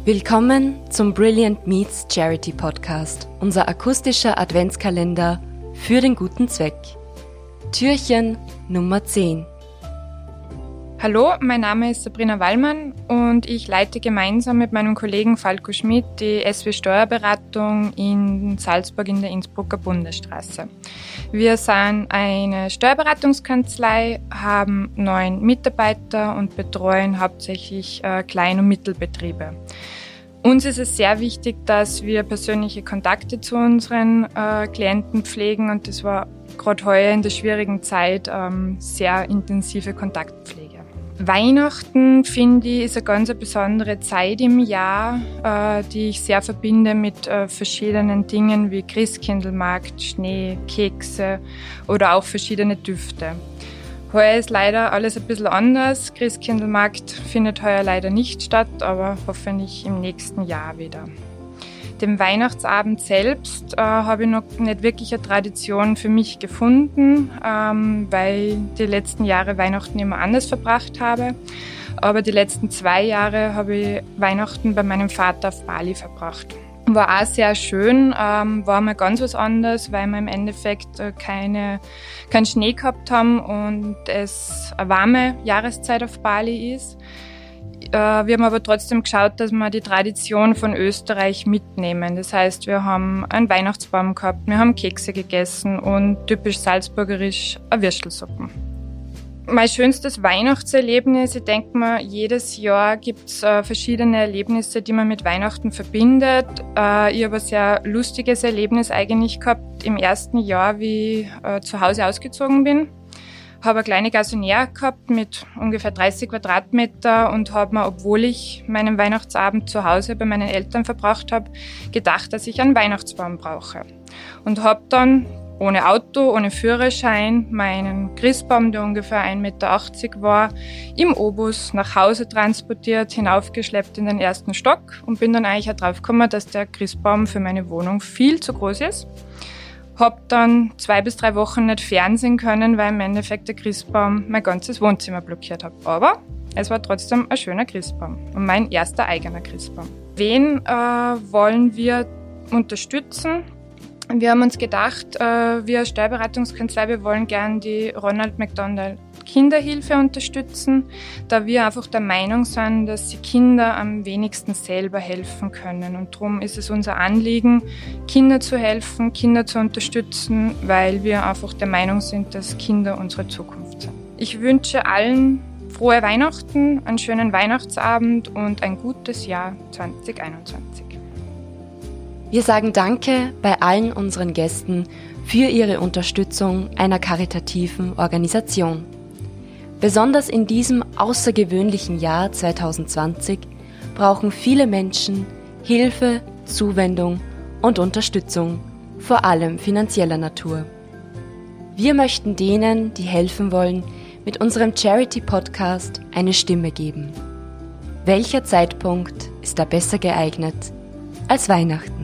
Willkommen zum Brilliant Meets Charity Podcast, unser akustischer Adventskalender für den guten Zweck. Türchen Nummer 10. Hallo, mein Name ist Sabrina Wallmann und ich leite gemeinsam mit meinem Kollegen Falko Schmidt die SW Steuerberatung in Salzburg in der Innsbrucker Bundesstraße. Wir sind eine Steuerberatungskanzlei, haben 9 Mitarbeiter und betreuen hauptsächlich Klein- und Mittelbetriebe. Uns ist es sehr wichtig, dass wir persönliche Kontakte zu unseren Klienten pflegen und das war gerade heuer in der schwierigen Zeit sehr intensive Kontaktpflege. Weihnachten, finde ich, ist eine ganz besondere Zeit im Jahr, die ich sehr verbinde mit verschiedenen Dingen wie Christkindlmarkt, Schnee, Kekse oder auch verschiedene Düfte. Heuer ist leider alles ein bisschen anders. Christkindlmarkt findet heuer leider nicht statt, aber hoffentlich im nächsten Jahr wieder. Den Weihnachtsabend selbst habe ich noch nicht wirklich eine Tradition für mich gefunden, weil die letzten Jahre Weihnachten immer anders verbracht habe. Aber die letzten 2 Jahre habe ich Weihnachten bei meinem Vater auf Bali verbracht. War auch sehr schön, war mal ganz was anderes, weil wir im Endeffekt keinen Schnee gehabt haben und es eine warme Jahreszeit auf Bali ist. Wir haben aber trotzdem geschaut, dass wir die Tradition von Österreich mitnehmen. Das heißt, wir haben einen Weihnachtsbaum gehabt, wir haben Kekse gegessen und typisch salzburgerisch eine Würstelsuppen. Mein schönstes Weihnachtserlebnis, ich denke mir, jedes Jahr gibt es verschiedene Erlebnisse, die man mit Weihnachten verbindet. Ich habe ein sehr lustiges Erlebnis eigentlich gehabt im ersten Jahr, wie ich zu Hause ausgezogen bin. Habe eine kleine Gassonniere gehabt mit ungefähr 30 Quadratmeter und habe mir, obwohl ich meinen Weihnachtsabend zu Hause bei meinen Eltern verbracht habe, gedacht, dass ich einen Weihnachtsbaum brauche. Und habe dann ohne Auto, ohne Führerschein meinen Christbaum, der ungefähr 1,80 Meter war, im Obus nach Hause transportiert, hinaufgeschleppt in den ersten Stock und bin dann eigentlich auch drauf gekommen, dass der Christbaum für meine Wohnung viel zu groß ist. Hab dann 2 bis 3 Wochen nicht fernsehen können, weil im Endeffekt der Christbaum mein ganzes Wohnzimmer blockiert hat. Aber es war trotzdem ein schöner Christbaum und mein erster eigener Christbaum. Wen wollen wir unterstützen? Wir haben uns gedacht, wir als Steuerberatungskanzlei, wir wollen gern die Ronald McDonald Kinderhilfe unterstützen, da wir einfach der Meinung sind, dass die Kinder am wenigsten selber helfen können. Und darum ist es unser Anliegen, Kinder zu helfen, Kinder zu unterstützen, weil wir einfach der Meinung sind, dass Kinder unsere Zukunft sind. Ich wünsche allen frohe Weihnachten, einen schönen Weihnachtsabend und ein gutes Jahr 2021. Wir sagen Danke bei allen unseren Gästen für ihre Unterstützung einer karitativen Organisation. Besonders in diesem außergewöhnlichen Jahr 2020 brauchen viele Menschen Hilfe, Zuwendung und Unterstützung, vor allem finanzieller Natur. Wir möchten denen, die helfen wollen, mit unserem Charity-Podcast eine Stimme geben. Welcher Zeitpunkt ist da besser geeignet als Weihnachten?